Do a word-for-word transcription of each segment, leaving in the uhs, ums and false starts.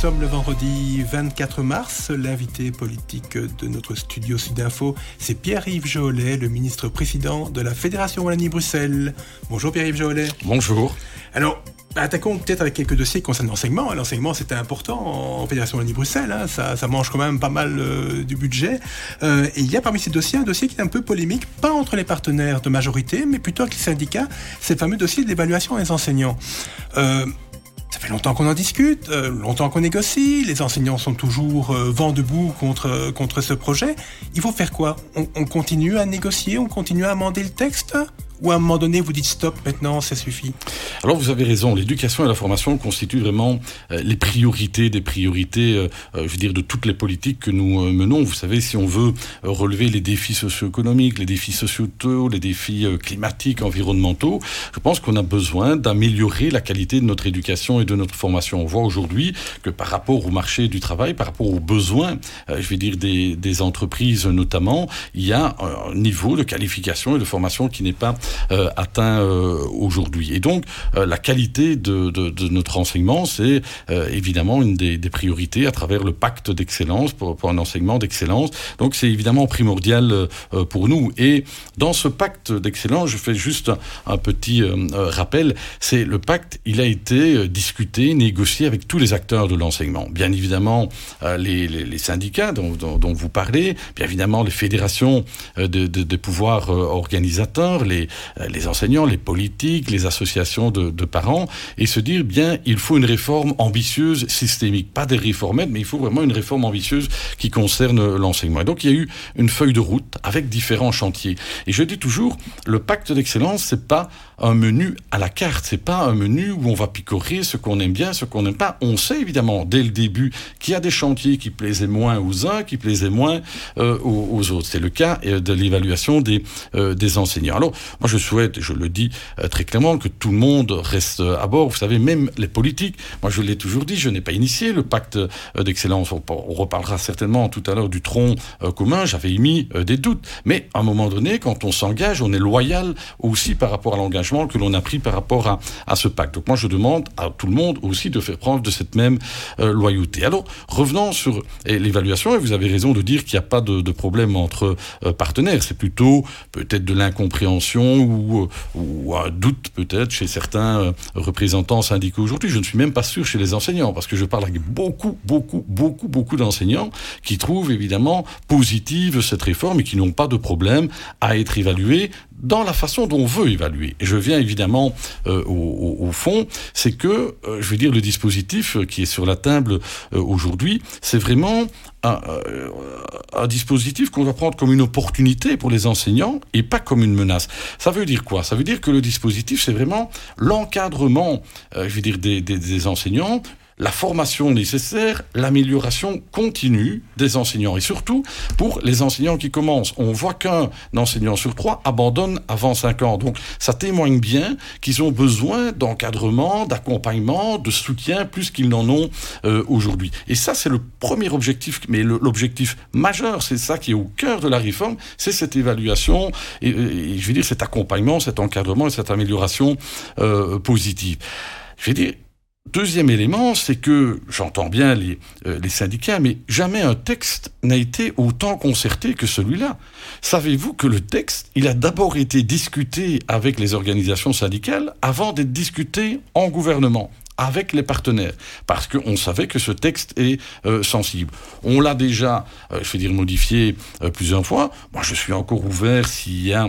sommes le vendredi vingt-quatre mars. L'invité politique de notre studio Sudinfo, c'est Pierre-Yves Johollet, le ministre-président de la Fédération Wallonie-Bruxelles. Bonjour Pierre-Yves Johollet. Bonjour. Alors, attaquons peut-être avec quelques dossiers concernant l'enseignement. L'enseignement, c'était important en Fédération Wallonie-Bruxelles. Hein. Ça, ça mange quand même pas mal euh, du budget. Euh, et il y a parmi ces dossiers un dossier qui est un peu polémique, pas entre les partenaires de majorité, mais plutôt avec les syndicats. C'est le fameux dossier de l'évaluation des enseignants. Euh, Ça fait longtemps qu'on en discute, euh, longtemps qu'on négocie, les enseignants sont toujours euh, vent debout contre, contre ce projet. Il faut faire quoi ? on, on continue à négocier, on continue à amender le texte ? Ou à un moment donné, vous dites stop, maintenant, ça suffit ? Alors, vous avez raison. L'éducation et la formation constituent vraiment euh, les priorités, des priorités, euh, euh, je veux dire, de toutes les politiques que nous euh, menons. Vous savez, si on veut euh, relever les défis socio-économiques, les défis sociétaux, les défis euh, climatiques, environnementaux, je pense qu'on a besoin d'améliorer la qualité de notre éducation et de notre formation. On voit aujourd'hui que par rapport au marché du travail, par rapport aux besoins, euh, je veux dire, des, des entreprises notamment, il y a un niveau de qualification et de formation qui n'est pas Euh, atteint euh, aujourd'hui. Et donc, euh, la qualité de, de, de notre enseignement, c'est euh, évidemment une des, des priorités à travers le pacte d'excellence pour, pour un enseignement d'excellence. Donc, c'est évidemment primordial euh, pour nous. Et dans ce pacte d'excellence, je fais juste un, un petit euh, rappel, c'est le pacte, il a été discuté, négocié avec tous les acteurs de l'enseignement. Bien évidemment, euh, les, les, les syndicats dont, dont, dont vous parlez, bien évidemment les fédérations euh, de, de, de pouvoirs euh, organisateurs, les les enseignants, les politiques, les associations de, de parents, et se dire, bien, il faut une réforme ambitieuse, systémique. Pas des réformettes, mais il faut vraiment une réforme ambitieuse qui concerne l'enseignement. Et donc, il y a eu une feuille de route avec différents chantiers. Et je dis toujours, le pacte d'excellence, c'est pas un menu à la carte, c'est pas un menu où on va picorer ce qu'on aime bien, ce qu'on n'aime pas. On sait évidemment, dès le début, qu'il y a des chantiers qui plaisaient moins aux uns, qui plaisaient moins euh, aux, aux autres. C'est le cas euh, de l'évaluation des, euh, des enseignants. Alors, moi, je souhaite, je le dis euh, très clairement, que tout le monde reste à bord. Vous savez, même les politiques, moi je l'ai toujours dit, je n'ai pas initié le pacte euh, d'excellence. On, on reparlera certainement tout à l'heure du tronc euh, commun, j'avais émis euh, des doutes. Mais à un moment donné, quand on s'engage, on est loyal aussi par rapport à l'engagement que l'on a pris par rapport à, à ce pacte. Donc moi je demande à tout le monde aussi de faire preuve de cette même euh, loyauté. Alors, revenons sur eh, l'évaluation, et vous avez raison de dire qu'il n'y a pas de, de problème entre euh, partenaires. C'est plutôt peut-être de l'incompréhension ou, ou un doute peut-être chez certains euh, représentants syndicaux aujourd'hui. Je ne suis même pas sûr chez les enseignants, parce que je parle avec beaucoup, beaucoup, beaucoup, beaucoup d'enseignants qui trouvent évidemment positive cette réforme et qui n'ont pas de problème à être évalués dans la façon dont on veut évaluer. Et je viens évidemment euh, au, au, au fond, c'est que, euh, je veux dire, le dispositif qui est sur la table euh, aujourd'hui, c'est vraiment un, euh, un dispositif qu'on doit prendre comme une opportunité pour les enseignants et pas comme une menace. Ça veut dire quoi ? Ça veut dire que le dispositif, c'est vraiment l'encadrement, euh, je veux dire, des, des, des enseignants, la formation nécessaire, l'amélioration continue des enseignants. Et surtout, pour les enseignants qui commencent. On voit qu'un enseignant sur trois abandonne avant cinq ans. Donc, ça témoigne bien qu'ils ont besoin d'encadrement, d'accompagnement, de soutien, plus qu'ils n'en ont euh, aujourd'hui. Et ça, c'est le premier objectif, mais le, l'objectif majeur, c'est ça qui est au cœur de la réforme, c'est cette évaluation, et, et je veux dire, cet accompagnement, cet encadrement et cette amélioration euh, positive. Je veux dire, deuxième élément, c'est que, j'entends bien les, euh, les syndicats, mais jamais un texte n'a été autant concerté que celui-là. Savez-vous que le texte, il a d'abord été discuté avec les organisations syndicales avant d'être discuté en gouvernement, avec les partenaires, parce qu'on savait que ce texte est euh, sensible. On l'a déjà, euh, je vais dire, modifié euh, plusieurs fois. Moi, je suis encore ouvert s'il y a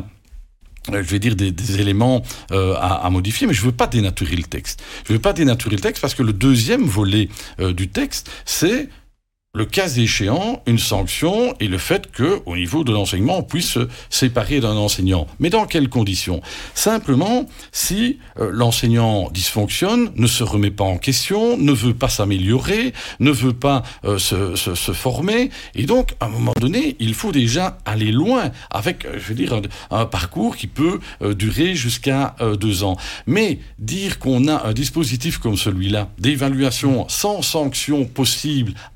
je vais dire des, des éléments euh, à, à modifier, mais je veux pas dénaturer le texte. Je veux pas dénaturer le texte parce que le deuxième volet euh, du texte, c'est le cas échéant, une sanction et le fait qu'au niveau de l'enseignement, on puisse se séparer d'un enseignant. Mais dans quelles conditions ? Simplement, si euh, l'enseignant dysfonctionne, ne se remet pas en question, ne veut pas s'améliorer, ne veut pas euh, se, se, se former, et donc, à un moment donné, il faut déjà aller loin avec, euh, je veux dire, un, un parcours qui peut euh, durer jusqu'à euh, deux ans. Mais dire qu'on a un dispositif comme celui-là, d'évaluation sans sanction possible à la fin,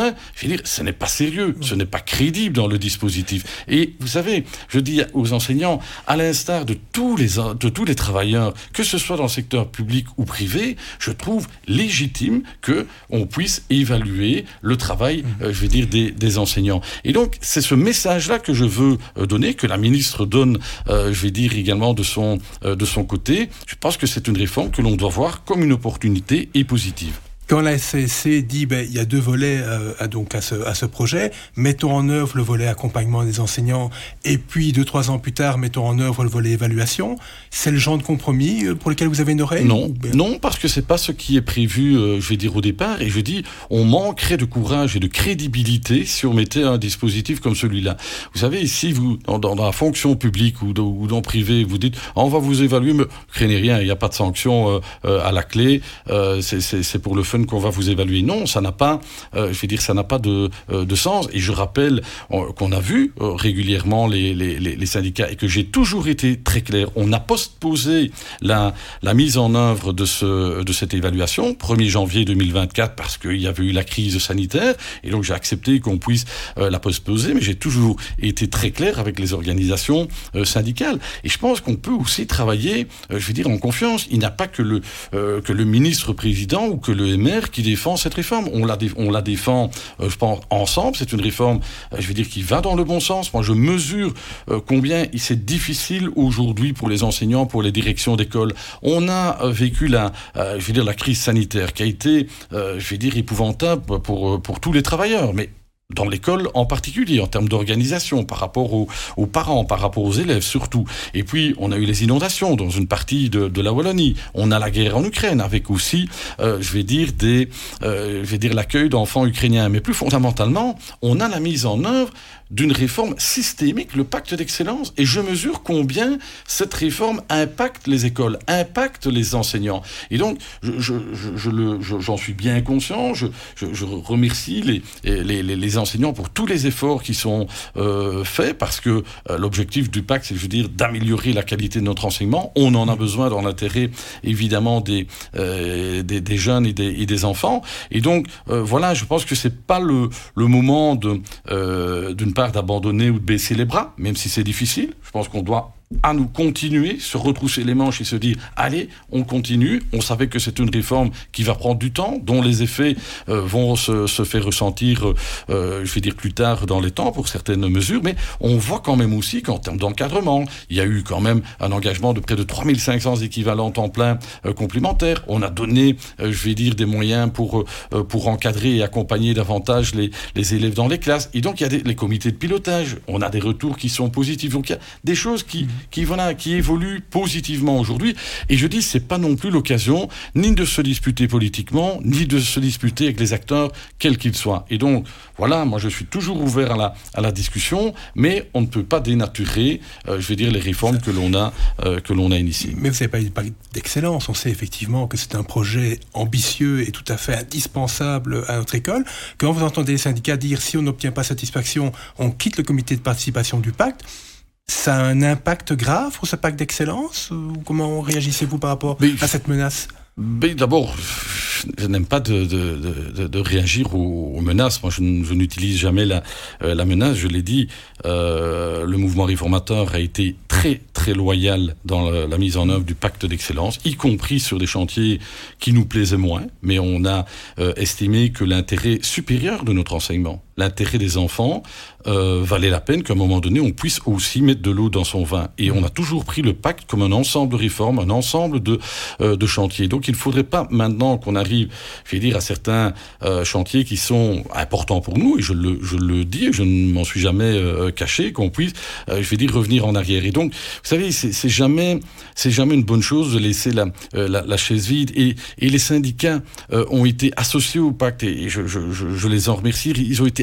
moins, je veux dire, ce n'est pas sérieux, ce n'est pas crédible dans le dispositif. Et vous savez, je dis aux enseignants, à l'instar de tous les, de tous les travailleurs, que ce soit dans le secteur public ou privé, je trouve légitime qu'on puisse évaluer le travail, euh, je veux dire, des, des enseignants. Et donc, c'est ce message-là que je veux euh, donner, que la ministre donne, euh, je vais dire, également de son, euh, de son côté. Je pense que c'est une réforme que l'on doit voir comme une opportunité et positive. Quand la S C S C dit ben, il y a deux volets euh, à, donc à ce, à ce projet, mettons en œuvre le volet accompagnement des enseignants et puis deux, trois ans plus tard, mettons en œuvre le volet évaluation, c'est le genre de compromis pour lequel vous avez une oreille? Non, non, parce que c'est pas ce qui est prévu, euh, je vais dire, au départ, et je dis, on manquerait de courage et de crédibilité si on mettait un dispositif comme celui-là. Vous savez, ici, vous, dans, dans la fonction publique ou dans, ou dans le privé, vous dites, ah, on va vous évaluer, mais craignez rien, il n'y a pas de sanction euh, euh, à la clé, euh, c'est, c'est, c'est pour le fun qu'on va vous évaluer. Non, ça n'a pas, euh, je vais dire, ça n'a pas de, euh, de sens. Et je rappelle euh, qu'on a vu euh, régulièrement les, les, les syndicats et que j'ai toujours été très clair. On a postposé la, la mise en œuvre de, ce, de cette évaluation, premier janvier deux mille vingt-quatre, parce qu'il y avait eu la crise sanitaire. Et donc, j'ai accepté qu'on puisse euh, la postposer, mais j'ai toujours été très clair avec les organisations euh, syndicales. Et je pense qu'on peut aussi travailler, euh, je vais dire, en confiance. Il n'y a pas que le, euh, que le ministre-président ou que le M R qui défend cette réforme. On la, dé- on la défend, euh, je pense, ensemble. C'est une réforme, euh, je veux dire, qui va dans le bon sens. Moi, je mesure euh, combien c'est difficile aujourd'hui pour les enseignants, pour les directions d'école. On a euh, vécu la, euh, je veux dire, la crise sanitaire qui a été, euh, je vais dire, épouvantable pour, pour tous les travailleurs. Mais dans l'école en particulier, en termes d'organisation, par rapport aux, aux parents, par rapport aux élèves surtout. Et puis, on a eu les inondations dans une partie de, de la Wallonie. On a la guerre en Ukraine, avec aussi, euh, je vais dire, des, euh, je vais dire, l'accueil d'enfants ukrainiens. Mais plus fondamentalement, on a la mise en œuvre d'une réforme systémique, le pacte d'excellence, et je mesure combien cette réforme impacte les écoles, impacte les enseignants. Et donc, je, je, je, je le, je, j'en suis bien conscient, je, je, je remercie les, les, les, les enseignants pour tous les efforts qui sont euh, faits, parce que euh, l'objectif du pacte, c'est, je veux dire, d'améliorer la qualité de notre enseignement. On en a besoin dans l'intérêt, évidemment, des, euh, des, des jeunes et des, et des enfants. Et donc, euh, voilà, je pense que c'est pas le, le moment de, euh, d'une d'abandonner ou de baisser les bras, même si c'est difficile. Je pense qu'on doit à nous continuer, se retrousser les manches et se dire allez, on continue. On savait que c'est une réforme qui va prendre du temps, dont les effets euh, vont se, se faire ressentir, euh, je vais dire plus tard dans les temps pour certaines mesures, mais on voit quand même aussi qu'en termes d'encadrement, il y a eu quand même un engagement de près de trois mille cinq cents équivalents temps plein euh, complémentaires. On a donné, euh, je vais dire, des moyens pour euh, pour encadrer et accompagner davantage les les élèves dans les classes. Et donc il y a des, les comités de pilotage. On a des retours qui sont positifs. Donc il y a des choses qui qui voilà, qui évolue positivement aujourd'hui. Et je dis, c'est pas non plus l'occasion ni de se disputer politiquement, ni de se disputer avec les acteurs, quels qu'ils soient. Et donc, voilà, moi je suis toujours ouvert à la, à la discussion, mais on ne peut pas dénaturer, euh, je vais dire, les réformes que l'on a, euh, que l'on a initiées. Mais vous n'avez pas parlé d'excellence. On sait effectivement que c'est un projet ambitieux et tout à fait indispensable à notre école. Quand vous entendez les syndicats dire, si on n'obtient pas satisfaction, on quitte le comité de participation du pacte, ça a un impact grave pour ce pacte d'excellence? Ou comment réagissez-vous par rapport mais, à cette menace? mais D'abord, je n'aime pas de, de, de, de réagir aux, aux menaces. Moi, je, je n'utilise jamais la, euh, la menace. Je l'ai dit, euh, le mouvement réformateur a été très, très loyal dans la, la mise en œuvre du pacte d'excellence, y compris sur des chantiers qui nous plaisaient moins. Mais on a euh, estimé que l'intérêt supérieur de notre enseignement, l'intérêt des enfants, euh, valait la peine qu'à un moment donné, on puisse aussi mettre de l'eau dans son vin. Et on a toujours pris le pacte comme un ensemble de réformes, un ensemble de, euh, de chantiers. Donc, il ne faudrait pas maintenant qu'on arrive, je vais dire, à certains euh, chantiers qui sont importants pour nous, et je le, je le dis, je ne m'en suis jamais euh, caché, qu'on puisse, euh, je vais dire, revenir en arrière. Et donc, vous savez, c'est, c'est jamais, c'est jamais une bonne chose de laisser la, euh, la, la chaise vide. Et, et les syndicats euh, ont été associés au pacte, et je, je, je, je les en remercie, ils ont été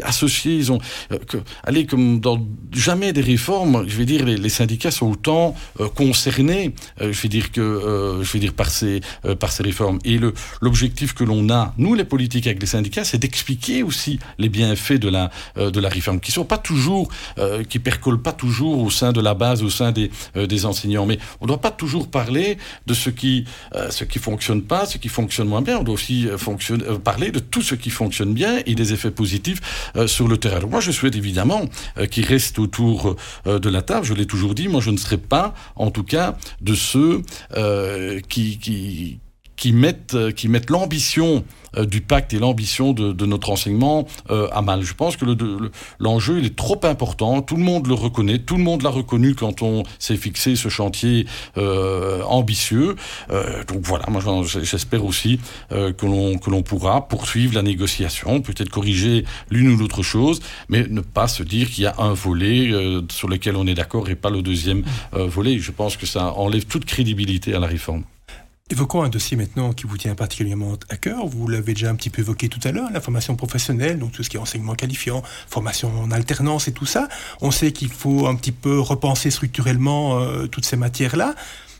associés, ils ont, euh, que, allez, comme dans jamais des réformes, je vais dire, les, les syndicats sont autant euh, concernés, euh, je vais dire que, euh, je vais dire par ces, euh, par ces réformes. Et le, l'objectif que l'on a, nous les politiques avec les syndicats, c'est d'expliquer aussi les bienfaits de la, euh, de la réforme, qui sont pas toujours, euh, qui percolent pas toujours au sein de la base, au sein des, euh, des enseignants. Mais on ne doit pas toujours parler de ce qui, euh, ce qui fonctionne pas, ce qui fonctionne moins bien. On doit aussi euh, fonctionne, euh, parler de tout ce qui fonctionne bien et des effets positifs euh, sur le terrain. Donc moi, je souhaite évidemment euh, qu'ils restent autour euh, de la table. Je l'ai toujours dit, moi, je ne serai pas, en tout cas, de ceux euh, qui, qui, qui mettent, qui mettent l'ambition euh, du pacte et l'ambition de, de notre enseignement euh, à mal. Je pense que le, le, l'enjeu, il est trop important. Tout le monde le reconnaît. Tout le monde l'a reconnu quand on s'est fixé ce chantier euh, ambitieux. Euh, donc voilà, moi j'espère aussi euh, que l'on, que l'on pourra poursuivre la négociation, peut-être corriger l'une ou l'autre chose, mais ne pas se dire qu'il y a un volet euh, sur lequel on est d'accord et pas le deuxième euh, volet. Je pense que ça enlève toute crédibilité à la réforme. Évoquons un dossier maintenant qui vous tient particulièrement à cœur. Vous l'avez déjà un petit peu évoqué tout à l'heure, la formation professionnelle, donc tout ce qui est enseignement qualifiant, formation en alternance et tout ça. On sait qu'il faut un petit peu repenser structurellement euh, toutes ces matières-là.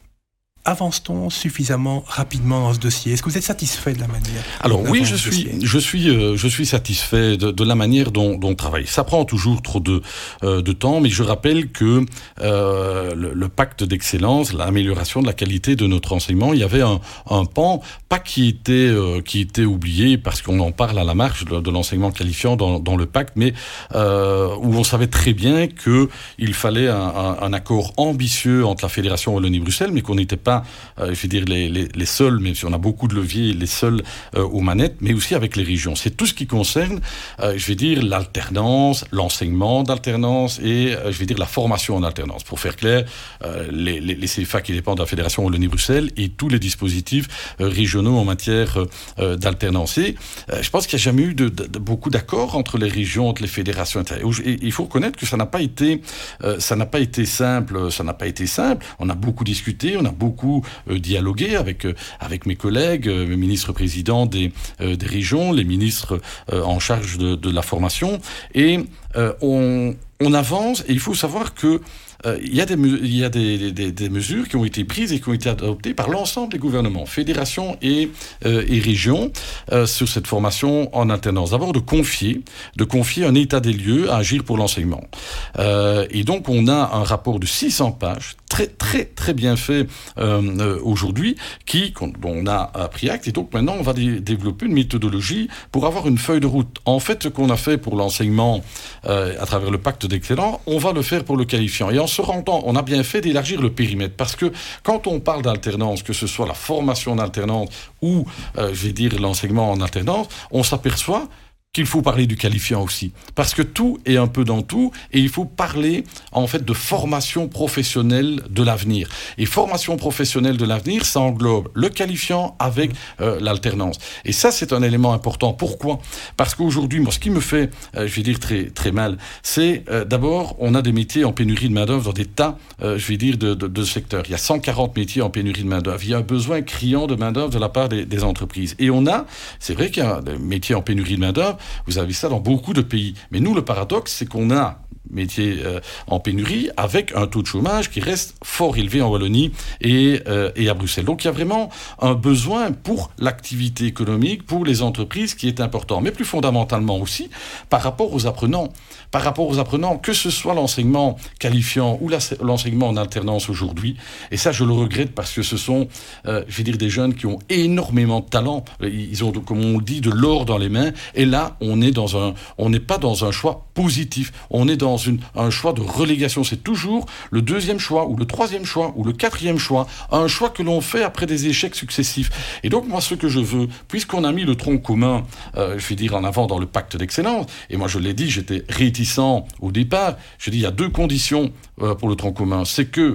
Avance-t-on suffisamment rapidement dans ce dossier ? Est-ce que vous êtes satisfait de la manière ? Alors oui, je suis, je suis, euh, je suis satisfait de, de la manière dont, dont on travaille. Ça prend toujours trop de, euh, de temps, mais je rappelle que euh, le, le pacte d'excellence, l'amélioration de la qualité de notre enseignement, il y avait un, un pan, pas qui était, euh, qui était oublié parce qu'on en parle à la marge de, de l'enseignement qualifiant dans, dans le pacte, mais euh, où on savait très bien que il fallait un, un, un accord ambitieux entre la Fédération Wallonie-Bruxelles, mais qu'on n'était pas Euh, je veux dire les, les, les seuls, même si on a beaucoup de leviers, les seuls euh, aux manettes, mais aussi avec les régions. C'est tout ce qui concerne, euh, je vais dire, l'alternance, l'enseignement d'alternance et, euh, je vais dire, la formation en alternance. Pour faire clair, euh, les, les, les C F A qui dépendent de la Fédération Wallonie-Bruxelles et tous les dispositifs euh, régionaux en matière euh, d'alternance. Et euh, je pense qu'il n'y a jamais eu de, de, de beaucoup d'accords entre les régions, entre les fédérations. Et il faut reconnaître que ça n'a pas été, euh, ça n'a pas été simple. Ça n'a pas été simple. On a beaucoup discuté, on a beaucoup Euh, dialoguer avec euh, avec mes collègues, euh, les ministres présidents des euh, des régions, les ministres euh, en charge de, de la formation, et euh, on on avance. Et il faut savoir que euh, il y a des il y a des, des des mesures qui ont été prises et qui ont été adoptées par l'ensemble des gouvernements, fédérations et euh, et régions euh, sur cette formation en alternance. D'abord de confier de confier un état des lieux à Agir pour l'enseignement. Euh, et donc on a un rapport de six cents pages très très très bien fait euh, euh, aujourd'hui, qui dont on a pris acte, et donc maintenant on va dé- développer une méthodologie pour avoir une feuille de route. En fait, ce qu'on a fait pour l'enseignement euh, à travers le pacte d'excellence, on va le faire pour le qualifiant. Et en se rendant, on a bien fait d'élargir le périmètre, parce que quand on parle d'alternance, que ce soit la formation en alternance ou euh, je vais dire l'enseignement en alternance, on s'aperçoit qu'il faut parler du qualifiant aussi. Parce que tout est un peu dans tout, et il faut parler, en fait, de formation professionnelle de l'avenir. Et formation professionnelle de l'avenir, ça englobe le qualifiant avec euh, l'alternance. Et ça, c'est un élément important. Pourquoi ? Parce qu'aujourd'hui, moi, ce qui me fait, euh, je vais dire, très, très mal, c'est, euh, d'abord, on a des métiers en pénurie de main-d'œuvre dans des tas, euh, je vais dire, de, de, de secteurs. Il y a cent quarante métiers en pénurie de main-d'œuvre. Il y a un besoin criant de main-d'œuvre de la part des, des entreprises. Et on a, c'est vrai qu'il y a des métiers en pénurie de main-d'œuvre. Vous avez ça dans beaucoup de pays. Mais nous, le paradoxe, c'est qu'on a métiers euh, en pénurie avec un taux de chômage qui reste fort élevé en Wallonie et, euh, et à Bruxelles. Donc il y a vraiment un besoin pour l'activité économique, pour les entreprises, qui est important. Mais plus fondamentalement aussi, par rapport aux apprenants. Par rapport aux apprenants, que ce soit l'enseignement qualifiant ou la, l'enseignement en alternance aujourd'hui, et ça je le regrette parce que ce sont, euh, je vais dire, des jeunes qui ont énormément de talent. Ils ont, comme on dit, de l'or dans les mains. Et là, on est dans un, on n'est pas dans un choix positif. On est dans une, un choix de relégation. C'est toujours le deuxième choix, ou le troisième choix, ou le quatrième choix. Un choix que l'on fait après des échecs successifs. Et donc, moi, ce que je veux, puisqu'on a mis le tronc commun, euh, je vais dire, en avant dans le pacte d'excellence, et moi, je l'ai dit, j'étais réticent au départ. Je dis, il y a deux conditions euh, pour le tronc commun. C'est que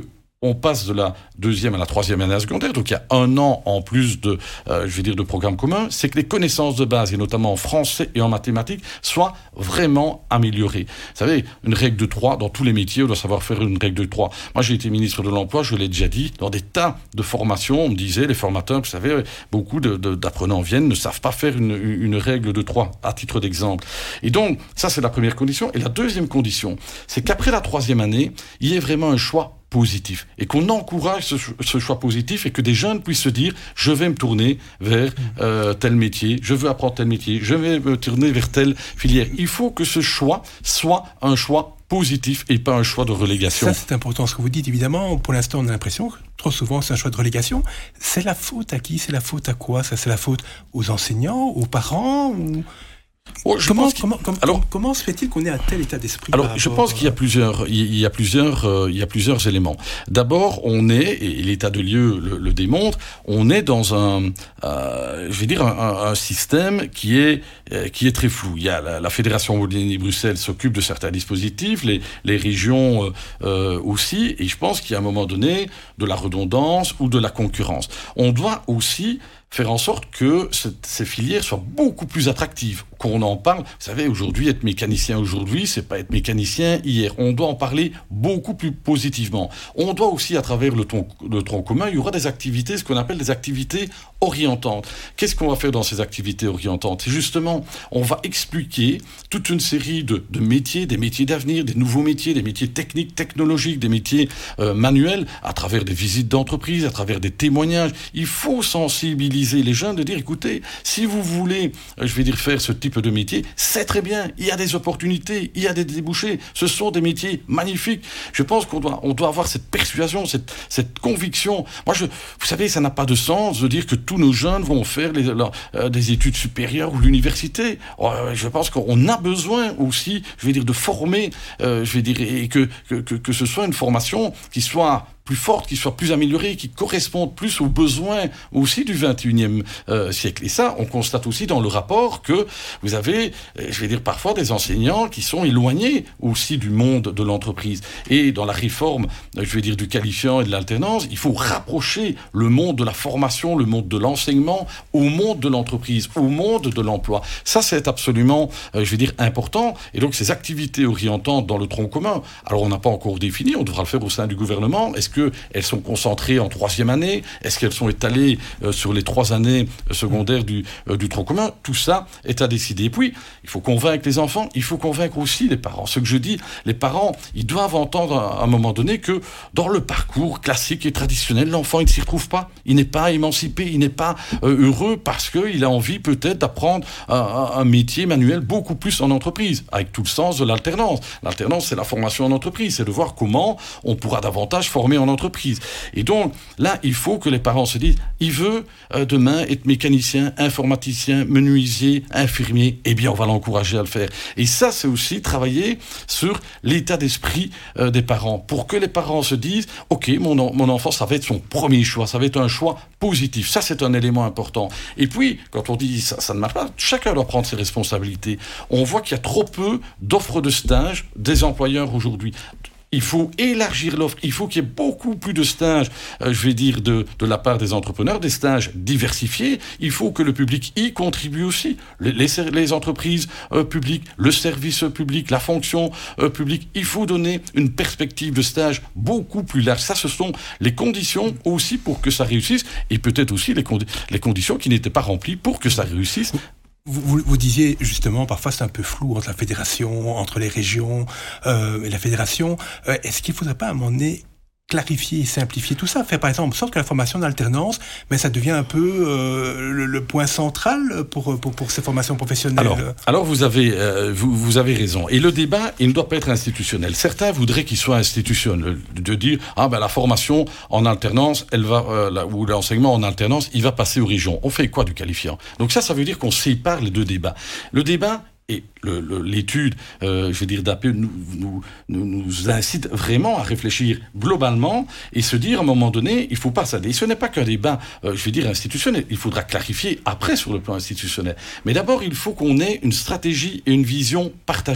on passe de la deuxième à la troisième année secondaire, donc il y a un an en plus de, euh, je vais dire, de programme commun, c'est que les connaissances de base, et notamment en français et en mathématiques, soient vraiment améliorées. Vous savez, une règle de trois, dans tous les métiers, on doit savoir faire une règle de trois. Moi, j'ai été ministre de l'Emploi, je l'ai déjà dit, dans des tas de formations, on me disait, les formateurs, vous savez, beaucoup de, de, d'apprenants viennent, ne savent pas faire une, une règle de trois, à titre d'exemple. Et donc, ça, c'est la première condition. Et la deuxième condition, c'est qu'après la troisième année, il y ait vraiment un choix positif et qu'on encourage ce, ce choix positif et que des jeunes puissent se dire je vais me tourner vers euh, tel métier, je veux apprendre tel métier, je vais me tourner vers telle filière. Il faut que ce choix soit un choix positif et pas un choix de relégation. Ça, c'est important ce que vous dites, évidemment. Pour l'instant, on a l'impression que trop souvent, c'est un choix de relégation. C'est la faute à qui? C'est la faute à quoi? Ça, c'est la faute aux enseignants, aux parents ou... Oh, je comment, pense comment, comment, alors, comment se fait-il qu'on ait un tel état d'esprit? Alors, je pense qu'il y a plusieurs, il y a plusieurs, euh, il y a plusieurs éléments. D'abord, on est, et l'état de lieu le, le démontre, on est dans un, euh, je vais dire, un, un système qui est, euh, qui est très flou. Il y a la, la Fédération Wallonie-Bruxelles s'occupe de certains dispositifs, les, les régions euh, euh, aussi, et je pense qu'il y a un moment donné de la redondance ou de la concurrence. On doit aussi faire en sorte que cette, ces filières soient beaucoup plus attractives, qu'on en parle. Vous savez, aujourd'hui, être mécanicien aujourd'hui, c'est pas être mécanicien hier. On doit en parler beaucoup plus positivement. On doit aussi, à travers le, ton, le tronc commun, il y aura des activités, ce qu'on appelle des activités orientantes. Qu'est-ce qu'on va faire dans ces activités orientantes? C'est justement, on va expliquer toute une série de, de métiers, des métiers d'avenir, des nouveaux métiers, des métiers techniques, technologiques, des métiers euh, manuels, à travers des visites d'entreprise, à travers des témoignages. Il faut sensibiliser les jeunes, de dire, écoutez, si vous voulez, je vais dire, faire ce type de métier, c'est très bien, il y a des opportunités, il y a des débouchés, ce sont des métiers magnifiques. Je pense qu'on doit, on doit avoir cette persuasion, cette, cette conviction. Moi, je, vous savez, ça n'a pas de sens de dire que tous nos jeunes vont faire les, leur, euh, des études supérieures ou l'université. Euh, je pense qu'on a besoin aussi, je vais dire, de former, euh, je vais dire, et que, que, que, que ce soit une formation qui soit plus forte, qui soit plus améliorée, qui corresponde plus aux besoins aussi du vingt et unième euh, siècle. Et ça, on constate aussi dans le rapport que vous avez, je vais dire parfois, des enseignants qui sont éloignés aussi du monde de l'entreprise. Et dans la réforme, je vais dire, du qualifiant et de l'alternance, il faut rapprocher le monde de la formation, le monde de l'enseignement, au monde de l'entreprise, au monde de l'emploi. Ça, c'est absolument, euh, je vais dire, important. Et donc, ces activités orientantes dans le tronc commun, alors on n'a pas encore défini, on devra le faire au sein du gouvernement. Est-ce qu'elles sont concentrées en troisième année? Est-ce qu'elles sont étalées euh, sur les trois années euh, secondaires du, euh, du tronc commun? Tout ça est à décider. Et puis, il faut convaincre les enfants, il faut convaincre aussi les parents. Ce que je dis, les parents, ils doivent entendre à, à un moment donné que dans le parcours classique et traditionnel, l'enfant, il ne s'y retrouve pas. Il n'est pas émancipé, il n'est pas euh, heureux parce qu'il a envie peut-être d'apprendre un, un, un métier manuel beaucoup plus en entreprise, avec tout le sens de l'alternance. L'alternance, c'est la formation en entreprise, c'est de voir comment on pourra davantage former en entreprise. Et donc, là, il faut que les parents se disent, il veut euh, demain être mécanicien, informaticien, menuisier, infirmier, eh bien, on va l'encourager à le faire. Et ça, c'est aussi travailler sur l'état d'esprit euh, des parents, pour que les parents se disent, ok, mon, en, mon enfant, ça va être son premier choix, ça va être un choix positif. Ça, c'est un élément important. Et puis, quand on dit ça, ça ne marche pas, chacun doit prendre ses responsabilités. On voit qu'il y a trop peu d'offres de stage des employeurs aujourd'hui. Il faut élargir l'offre, il faut qu'il y ait beaucoup plus de stages, euh, je vais dire, de, de la part des entrepreneurs, des stages diversifiés. Il faut que le public y contribue aussi. Les, les, les entreprises euh, publiques, le service public, la fonction euh, publique. Il faut donner une perspective de stage beaucoup plus large. Ça, ce sont les conditions aussi pour que ça réussisse, et peut-être aussi les, condi- les conditions qui n'étaient pas remplies pour que ça réussisse. Vous, vous, vous disiez justement, parfois c'est un peu flou entre la fédération, entre les régions euh, et la fédération. Euh, est-ce qu'il ne faudrait pas à un moment donné clarifier et simplifier tout ça? Faire par exemple en sorte que la formation d'alternance, mais ça devient un peu euh, le, le point central pour, pour, pour ces formations professionnelles. Alors, alors vous, avez, euh, vous, vous avez raison. Et le débat, il ne doit pas être institutionnel. Certains voudraient qu'il soit institutionnel, de dire ah ben la formation en alternance, elle va euh, la, ou l'enseignement en alternance, il va passer aux régions. On fait quoi du qualifiant? Donc ça, ça veut dire qu'on sépare les deux débats. Le débat et le, le, l'étude, euh, je veux dire, d'A P E nous, nous, nous, nous incite vraiment à réfléchir globalement et se dire, à un moment donné, il ne faut pas s'adapter. Et ce n'est pas qu'un débat, euh, je veux dire, institutionnel. Il faudra clarifier après sur le plan institutionnel. Mais d'abord, il faut qu'on ait une stratégie et une vision partagée.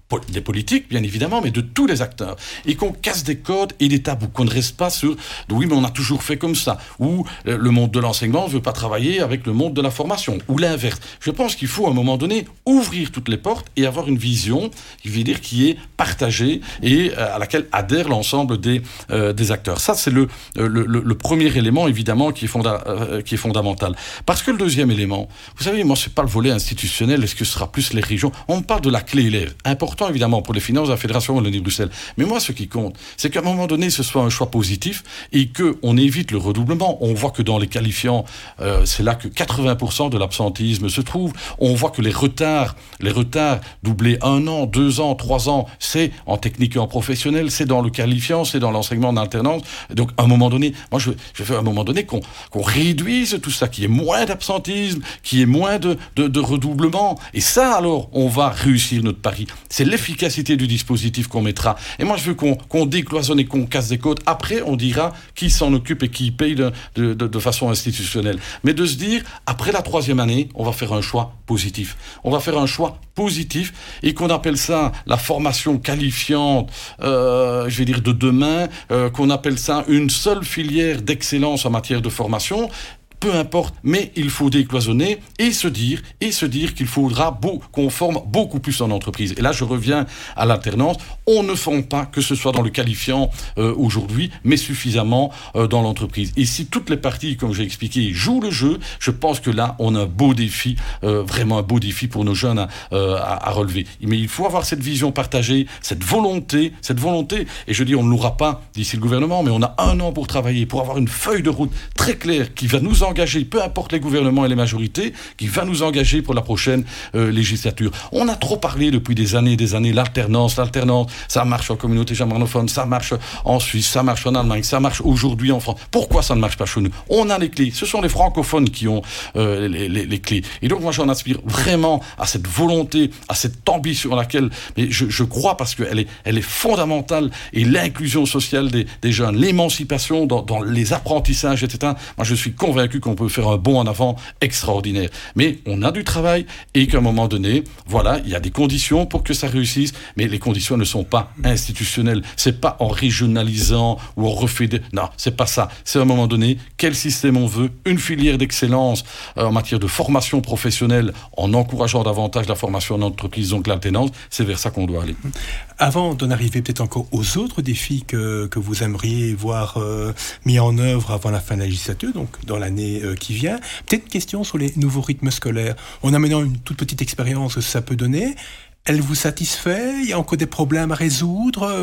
des politiques, bien évidemment, mais de tous les acteurs. Et qu'on casse des codes et des tabous, qu'on ne reste pas sur « oui, mais on a toujours fait comme ça », ou « le monde de l'enseignement ne veut pas travailler avec le monde de la formation », ou l'inverse. Je pense qu'il faut, à un moment donné, ouvrir toutes les portes et avoir une vision, je veux dire, qui est partagée et à laquelle adhère l'ensemble des, euh, des acteurs. Ça, c'est le, le, le, le premier élément, évidemment, qui est, fonda- euh, qui est fondamental. Parce que le deuxième élément, vous savez, moi, c'est pas le volet institutionnel, est-ce que ce sera plus les régions ? On me parle de la clé élève. Important, évidemment, pour les finances de la Fédération Wallonie-Bruxelles. Mais moi, ce qui compte, c'est qu'à un moment donné, ce soit un choix positif et qu'on évite le redoublement. On voit que dans les qualifiants, euh, c'est là que quatre-vingts pour cent de l'absentisme se trouve. On voit que les retards, les retards doublés un an, deux ans, trois ans, c'est en technique et en professionnel, c'est dans le qualifiant, c'est dans l'enseignement en alternance. Donc, à un moment donné, moi, je, je veux à un moment donné qu'on, qu'on réduise tout ça, qu'il y ait moins d'absentisme, qu'il y ait moins de, de, de redoublement. Et ça, alors, on va réussir notre pari. C'est l'efficacité du dispositif qu'on mettra. Et moi, je veux qu'on, qu'on décloisonne et qu'on casse des côtes. Après, on dira qui s'en occupe et qui paye de, de, de, de façon institutionnelle. Mais de se dire, après la troisième année, on va faire un choix positif. On va faire un choix positif et qu'on appelle ça la formation qualifiante, euh, je vais dire de demain, euh, qu'on appelle ça une seule filière d'excellence en matière de formation. Peu importe, mais il faut décloisonner et se dire, et se dire qu'il faudra beau, qu'on forme beaucoup plus en entreprise. Et là, je reviens à l'alternance. On ne forme pas, que ce soit dans le qualifiant euh, aujourd'hui, mais suffisamment euh, dans l'entreprise. Et si toutes les parties, comme j'ai expliqué, jouent le jeu, je pense que là, on a un beau défi, euh, vraiment un beau défi pour nos jeunes à, euh, à, à relever. Mais il faut avoir cette vision partagée, cette volonté, cette volonté. Et je dis, on ne l'aura pas d'ici le gouvernement, mais on a un an pour travailler, pour avoir une feuille de route très claire qui va nous engager, peu importe les gouvernements et les majorités, qui va nous engager pour la prochaine euh, législature. On a trop parlé depuis des années et des années, l'alternance, l'alternance, ça marche en communauté germanophone, ça marche en Suisse, ça marche en Allemagne, ça marche aujourd'hui en France. Pourquoi ça ne marche pas chez nous ? On a les clés. Ce sont les francophones qui ont euh, les, les, les clés. Et donc moi j'en aspire vraiment à cette volonté, à cette ambition à laquelle mais je, je crois parce qu'elle est, elle est fondamentale et l'inclusion sociale des, des jeunes, l'émancipation dans, dans les apprentissages, et cetera. Moi je suis convaincu qu'on peut faire un bond en avant extraordinaire. Mais on a du travail et qu'à un moment donné, voilà, il y a des conditions pour que ça réussisse, mais les conditions ne sont pas institutionnelles. C'est pas en régionalisant ou en refait des... Non, c'est pas ça. C'est à un moment donné, quel système on veut, une filière d'excellence euh, en matière de formation professionnelle, en encourageant davantage la formation en entreprise, donc l'alternance, c'est vers ça qu'on doit aller. Avant d'en arriver peut-être encore aux autres défis que, que vous aimeriez voir euh, mis en œuvre avant la fin de la législature, donc dans l'année euh, qui vient, peut-être une question sur les nouveaux rythmes scolaires. On a maintenant une toute petite expérience que ça peut donner. Elle vous satisfait ? Il y a encore des problèmes à résoudre ?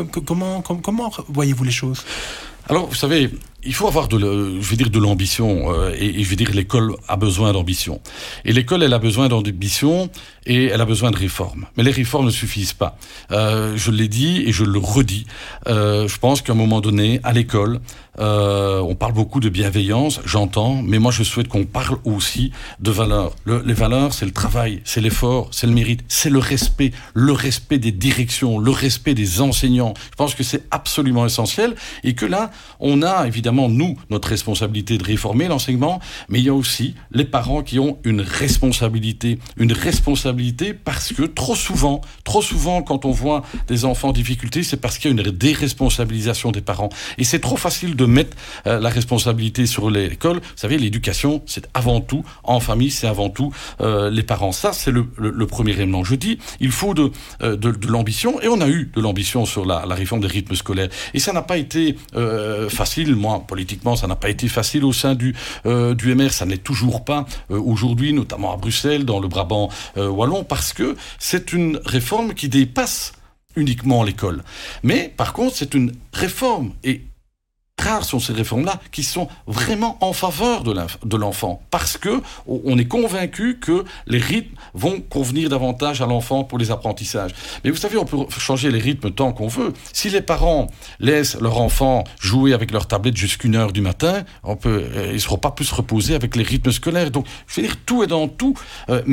Comment, comment, comment voyez-vous les choses ? Alors, vous savez, il faut avoir de, le, je vais dire, de l'ambition, euh, et, et je vais dire l'école a besoin d'ambition. Et l'école, elle a besoin d'ambition et elle a besoin de réformes. Mais les réformes ne suffisent pas. Euh, je l'ai dit et je le redis. Euh, je pense qu'à un moment donné, à l'école, euh, on parle beaucoup de bienveillance, j'entends, mais moi je souhaite qu'on parle aussi de valeurs. Le, les valeurs, c'est le travail, c'est l'effort, c'est le mérite, c'est le respect, le respect des directions, le respect des enseignants. Je pense que c'est absolument essentiel et que là, on a évidemment, nous, notre responsabilité de réformer l'enseignement, mais il y a aussi les parents qui ont une responsabilité, une responsabilité parce que trop souvent, trop souvent, quand on voit des enfants en difficulté, c'est parce qu'il y a une déresponsabilisation des parents. Et c'est trop facile de mettre euh, la responsabilité sur l'école. Vous savez, l'éducation, c'est avant tout, en famille, c'est avant tout euh, les parents. Ça, c'est le, le, le premier élément. Je dis, il faut de, euh, de, de l'ambition, et on a eu de l'ambition sur la, la réforme des rythmes scolaires. Et ça n'a pas été euh, facile, moi, politiquement, ça n'a pas été facile au sein du, euh, du M R, ça n'est toujours pas euh, aujourd'hui, notamment à Bruxelles, dans le Brabant euh, wallon, parce que c'est une réforme qui dépasse uniquement l'école. Mais, par contre, c'est une réforme, et rares sont ces réformes-là qui sont vraiment en faveur de, de l'enfant, parce que on est convaincu que les rythmes vont convenir davantage à l'enfant pour les apprentissages. Mais vous savez, on peut changer les rythmes tant qu'on veut. Si les parents laissent leur enfant jouer avec leur tablette jusqu'à une heure du matin, on peut, euh, ils ne seront pas plus reposés avec les rythmes scolaires. Donc, je veux dire, tout est dans tout, euh, mais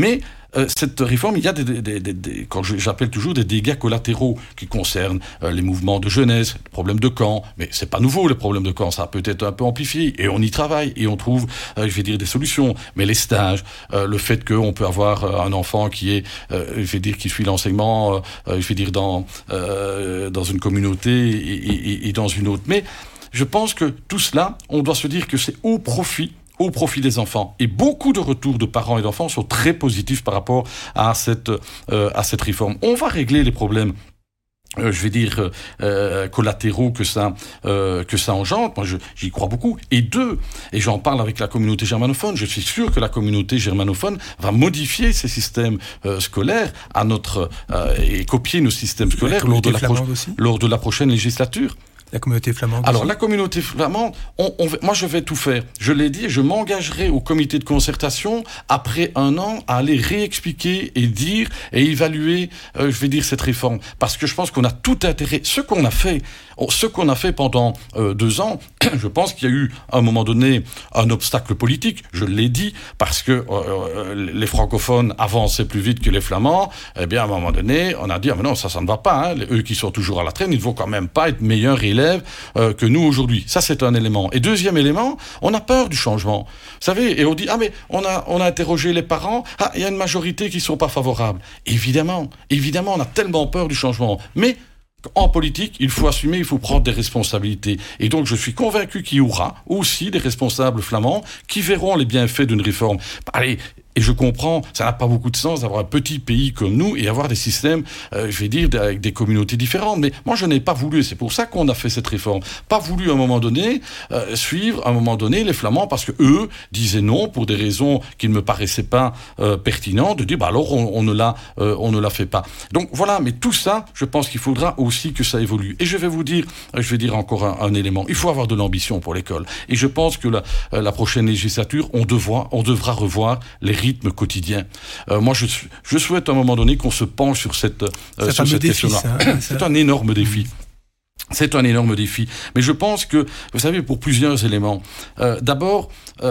euh, cette réforme, il y a des, des, des, des quand j'appelle toujours des dégâts collatéraux qui concernent euh, les mouvements de jeunesse, les problèmes de camp, mais c'est pas nouveau les problèmes de camp, ça peut être un peu amplifié, et on y travaille, et on trouve, euh, je vais dire, des solutions. Mais les stages, euh, le fait qu'on peut avoir euh, un enfant qui est, euh, je vais dire, qui suit l'enseignement, euh, je vais dire, dans, euh, dans une communauté et, et, et dans une autre. Mais je pense que tout cela, on doit se dire que c'est au profit au profit des enfants. Et beaucoup de retours de parents et d'enfants sont très positifs par rapport à cette, euh, à cette réforme. On va régler les problèmes Euh, je vais dire euh, collatéraux que ça euh, que ça engendre. Moi, je, j'y crois beaucoup. Et deux, et j'en parle avec la communauté germanophone. Je suis sûr que la communauté germanophone va modifier ses systèmes euh, scolaires à notre euh, et copier nos systèmes scolaires lors de la pro- lors de la prochaine législature. La communauté flamande. Alors, aussi. la communauté flamande, on, on, moi, je vais tout faire. Je l'ai dit, je m'engagerai au comité de concertation, après un an, à aller réexpliquer et dire et évaluer, euh, je vais dire, cette réforme. Parce que je pense qu'on a tout intérêt. Ce qu'on a fait, ce qu'on a fait pendant euh, deux ans, je pense qu'il y a eu, à un moment donné, un obstacle politique. Je l'ai dit, parce que euh, les francophones avançaient plus vite que les flamands. Eh bien, à un moment donné, on a dit, ah, mais non, ça, ça ne va pas. Hein. Eux qui sont toujours à la traîne, ils ne vont quand même pas être meilleurs élèves Euh, que nous aujourd'hui. Ça, c'est un élément. Et deuxième élément, on a peur du changement. Vous savez, et on dit, ah mais on a, on a interrogé les parents, ah, il y a une majorité qui ne sont pas favorables. Évidemment, évidemment, on a tellement peur du changement. Mais en politique, il faut assumer, il faut prendre des responsabilités. Et donc, je suis convaincu qu'il y aura aussi des responsables flamands qui verront les bienfaits d'une réforme. Allez, et je comprends, ça n'a pas beaucoup de sens d'avoir un petit pays comme nous et avoir des systèmes, euh, je vais dire, avec des communautés différentes. Mais moi, je n'ai pas voulu, et c'est pour ça qu'on a fait cette réforme, pas voulu à un moment donné euh, suivre à un moment donné les Flamands parce que eux disaient non pour des raisons qui ne me paraissaient pas euh, pertinentes, de dire bah alors on, on ne la, euh, on ne la fait pas. Donc voilà, mais tout ça, je pense qu'il faudra aussi que ça évolue. Et je vais vous dire, je vais dire encore un, un élément. Il faut avoir de l'ambition pour l'école. Et je pense que la, la prochaine législature, on devra, on devra revoir les rythme quotidien. Euh, moi, je, je souhaite à un moment donné qu'on se penche sur cette, euh, sur cette question-là. Hein, c'est un énorme défi. C'est un énorme défi. Mais je pense que, vous savez, pour plusieurs éléments. Euh, d'abord,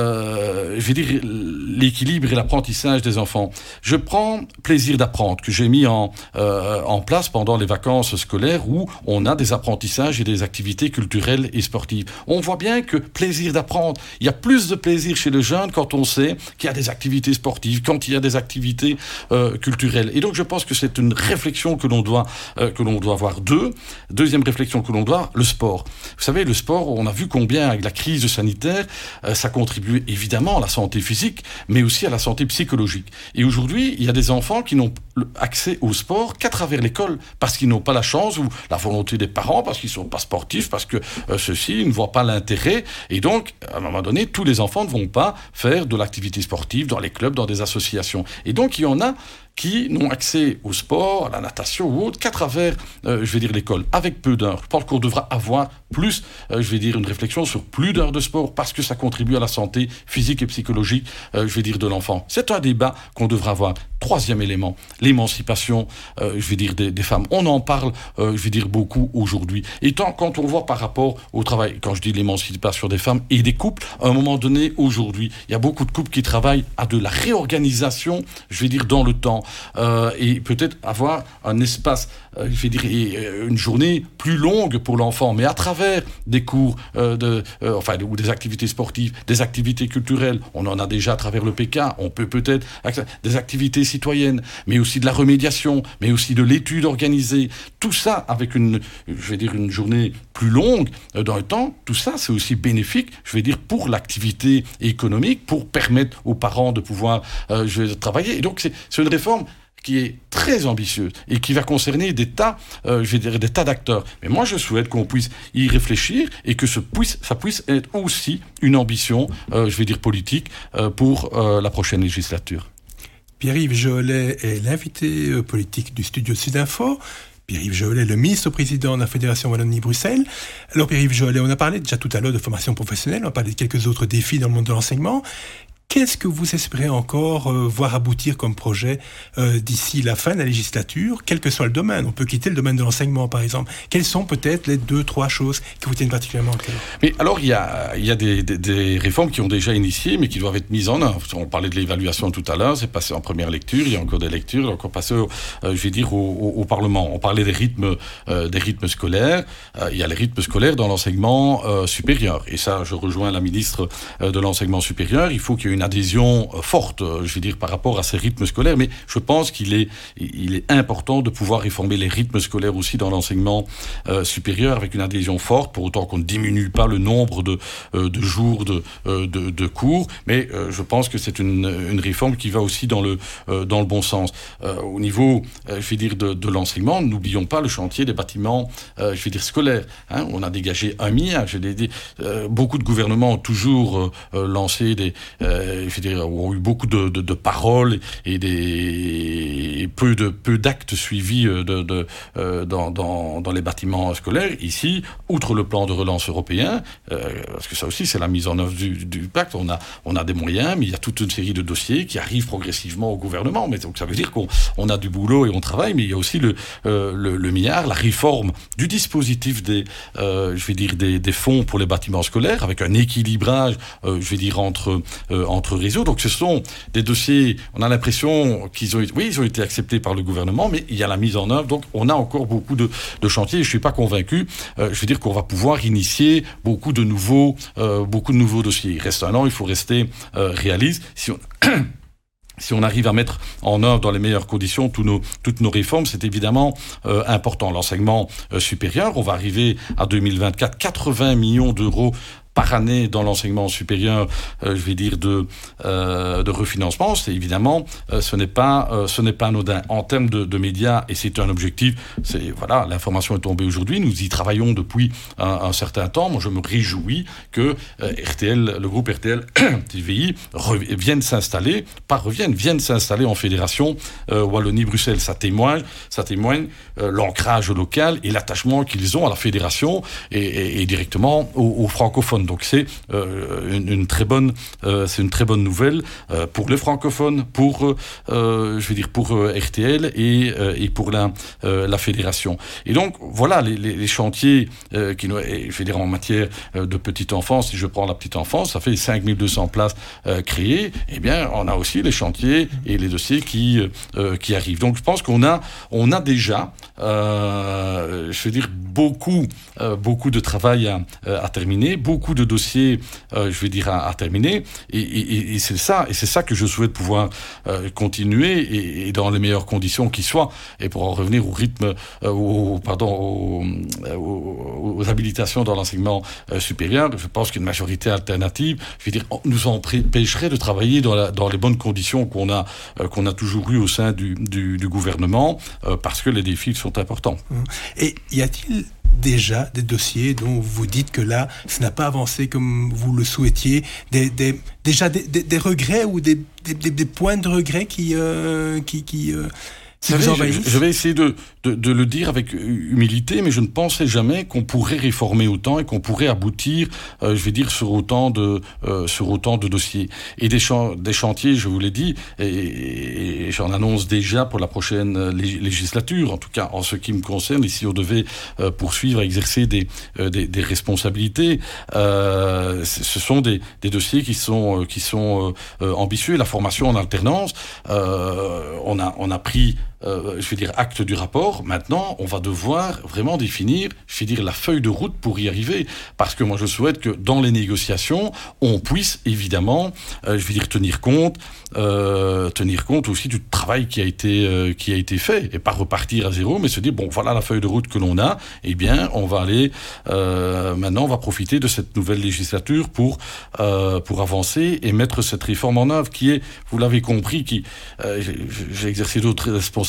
euh, je vais dire l'équilibre et l'apprentissage des enfants. Je prends plaisir d'apprendre, que j'ai mis en, euh, en place pendant les vacances scolaires où on a des apprentissages et des activités culturelles et sportives. On voit bien que plaisir d'apprendre, il y a plus de plaisir chez le jeune quand on sait qu'il y a des activités sportives, quand il y a des activités euh, culturelles. Et donc, je pense que c'est une réflexion que l'on doit, euh, que l'on doit avoir. Deux, deuxième réflexion que l'on doit, le sport. Vous savez, le sport, on a vu combien, avec la crise sanitaire, euh, ça contribue évidemment à la santé physique, mais aussi à la santé psychologique. Et aujourd'hui, il y a des enfants qui n'ont accès au sport qu'à travers l'école, parce qu'ils n'ont pas la chance ou la volonté des parents, parce qu'ils ne sont pas sportifs, parce que euh, ceux-ci ne voient pas l'intérêt. Et donc, à un moment donné, tous les enfants ne vont pas faire de l'activité sportive dans les clubs, dans des associations. Et donc, il y en a qui n'ont accès au sport, à la natation ou autre, qu'à travers, euh, je vais dire, l'école, avec peu d'heures. Je pense qu'on devra avoir plus, euh, je vais dire, une réflexion sur plus d'heures de sport, parce que ça contribue à la santé physique et psychologique, euh, je vais dire, de l'enfant. C'est un débat qu'on devra avoir. Troisième élément, l'émancipation, euh, je vais dire, des, des femmes. On en parle, euh, je vais dire, beaucoup aujourd'hui. Et tant, quand on voit par rapport au travail, quand je dis l'émancipation des femmes et des couples, à un moment donné, aujourd'hui, il y a beaucoup de couples qui travaillent à de la réorganisation, je vais dire, dans le temps. Euh, et peut-être avoir un espace, euh, je vais dire, une journée plus longue pour l'enfant, mais à travers des cours, euh, de, euh, enfin, ou des activités sportives, des activités culturelles. On en a déjà à travers le P K. On peut peut-être des activités citoyennes, mais aussi de la remédiation, mais aussi de l'étude organisée. Tout ça avec une, je vais dire, une journée plus longue euh, dans le temps. Tout ça, c'est aussi bénéfique, je vais dire, pour l'activité économique, pour permettre aux parents de pouvoir, euh, je vais dire, travailler. Et donc, c'est, c'est une réforme qui est très ambitieuse et qui va concerner des tas, euh, je vais dire, des tas d'acteurs. Mais moi, je souhaite qu'on puisse y réfléchir et que ce puisse, ça puisse être aussi une ambition, euh, je vais dire, politique euh, pour euh, la prochaine législature. Pierre-Yves Johollet est l'invité euh, politique du studio Sudinfo. Pierre-Yves Johollet, le ministre-président de la Fédération Wallonie-Bruxelles. Alors, Pierre-Yves Johollet, on a parlé déjà tout à l'heure de formation professionnelle, on a parlé de quelques autres défis dans le monde de l'enseignement. Qu'est-ce que vous espérez encore euh, voir aboutir comme projet euh, d'ici la fin de la législature, quel que soit le domaine? On peut quitter le domaine de l'enseignement, par exemple. Quelles sont peut-être les deux, trois choses qui vous tiennent particulièrement à cœur? Mais alors, il y a, il y a des, des, des réformes qui ont déjà initié, mais qui doivent être mises en œuvre. On parlait de l'évaluation tout à l'heure, c'est passé en première lecture, il y a encore des lectures, il est encore passé, au, euh, je vais dire, au, au, au Parlement. On parlait des rythmes, euh, des rythmes scolaires. Euh, il y a les rythmes scolaires dans l'enseignement euh, supérieur. Et ça, je rejoins la ministre euh, de l'enseignement supérieur. Il faut qu'il y ait une adhésion forte, je veux dire, par rapport à ces rythmes scolaires, mais je pense qu'il est, il est important de pouvoir réformer les rythmes scolaires aussi dans l'enseignement euh, supérieur avec une adhésion forte, pour autant qu'on ne diminue pas le nombre de, euh, de jours de, euh, de, de cours, mais euh, je pense que c'est une, une réforme qui va aussi dans le, euh, dans le bon sens. Euh, au niveau, euh, je veux dire, de, de l'enseignement, n'oublions pas le chantier des bâtiments, euh, je veux dire, scolaires. Hein, on a dégagé un milliard, je l'ai dit, euh, beaucoup de gouvernements ont toujours euh, lancé des, euh, je veux dire, ont eu beaucoup de, de, de paroles et des et peu de peu d'actes suivis de, de euh, dans, dans dans les bâtiments scolaires. Ici, outre le plan de relance européen, euh, parce que ça aussi c'est la mise en œuvre du, du pacte, on a on a des moyens, mais il y a toute une série de dossiers qui arrivent progressivement au gouvernement. Mais donc ça veut dire qu'on on a du boulot et on travaille, mais il y a aussi le euh, le, le milliard, la réforme du dispositif des euh, je vais dire des, des fonds pour les bâtiments scolaires, avec un équilibrage, euh, je vais dire entre euh, entre réseaux. Donc ce sont des dossiers, on a l'impression qu'ils ont, oui, ils ont été acceptés par le gouvernement, mais il y a la mise en œuvre. Donc on a encore beaucoup de, de chantiers. Et je suis pas convaincu. Euh, je veux dire qu'on va pouvoir initier beaucoup de nouveaux, euh, beaucoup de nouveaux dossiers. Il reste un an, il faut rester euh, réaliste. Si on Si on arrive à mettre en œuvre dans les meilleures conditions tous nos, toutes nos réformes, c'est évidemment euh, important. L'enseignement euh, supérieur, on va arriver à deux mille vingt-quatre, quatre-vingts millions d'euros par année dans l'enseignement supérieur, euh, je vais dire de euh, de refinancement. C'est évidemment, euh, ce n'est pas euh, ce n'est pas anodin en termes de, de médias, et c'est un objectif. C'est voilà, l'information est tombée aujourd'hui. Nous y travaillons depuis un, un certain temps. Moi, je me réjouis que euh, R T L, le groupe R T L T V I, rev- vienne s'installer, pas revienne, vienne s'installer en fédération euh, Wallonie-Bruxelles. Ça témoigne, ça témoigne euh, l'ancrage local et l'attachement qu'ils ont à la fédération et, et, et directement aux, aux francophones. Donc c'est euh, une, une très bonne, euh, c'est une très bonne nouvelle euh, pour les francophones, pour, euh, je veux dire, pour euh, R T L et, euh, et pour la, euh, la fédération. Et donc voilà les, les, les chantiers euh, qui nous, je veux dire, en matière de petite enfance. Si je prends la petite enfance, ça fait cinq mille deux cents places euh, créées. Eh bien, on a aussi les chantiers et les dossiers qui euh, qui arrivent. Donc je pense qu'on a on a déjà, euh, je veux dire, beaucoup euh, beaucoup de travail à, à terminer, beaucoup de dossiers, euh, je vais dire, à, à terminer, et, et, et c'est ça, et c'est ça que je souhaite pouvoir euh, continuer et, et dans les meilleures conditions qui soient. Et pour en revenir au rythme, euh, au, pardon, au, aux, aux habilitations dans l'enseignement euh, supérieur, je pense qu'une majorité alternative, je vais dire, nous empêcherait de travailler dans, la, dans les bonnes conditions qu'on a euh, qu'on a toujours eues au sein du, du, du gouvernement, euh, parce que les défis sont importants. Et y a-t-il déjà des dossiers dont vous dites que là, ça n'a pas avancé comme vous le souhaitiez, des, des, déjà des, des, des regrets ou des, des, des points de regret qui... Euh, qui, qui euh Vous savez, je, je vais essayer de, de, de le dire avec humilité, mais je ne pensais jamais qu'on pourrait réformer autant et qu'on pourrait aboutir, euh, je vais dire, sur autant de euh, sur autant de dossiers et des, ch- des chantiers. Je vous l'ai dit, et, et j'en annonce déjà pour la prochaine lég- législature. En tout cas, en ce qui me concerne, ici, on devait euh, poursuivre, exercer des euh, des, des responsabilités. Euh, ce sont des, des dossiers qui sont euh, qui sont euh, ambitieux. La formation en alternance, euh, on a on a pris Euh, je vais dire acte du rapport. Maintenant, on va devoir vraiment définir, je vais dire, la feuille de route pour y arriver. Parce que moi, je souhaite que dans les négociations, on puisse évidemment, euh, je vais dire, tenir compte, euh, tenir compte aussi du travail qui a été euh, qui a été fait et pas repartir à zéro, mais se dire bon, voilà la feuille de route que l'on a. Eh bien, on va aller euh, maintenant, on va profiter de cette nouvelle législature pour euh, pour avancer et mettre cette réforme en œuvre qui est, vous l'avez compris, qui euh, j'ai, j'ai exercé d'autres responsabilités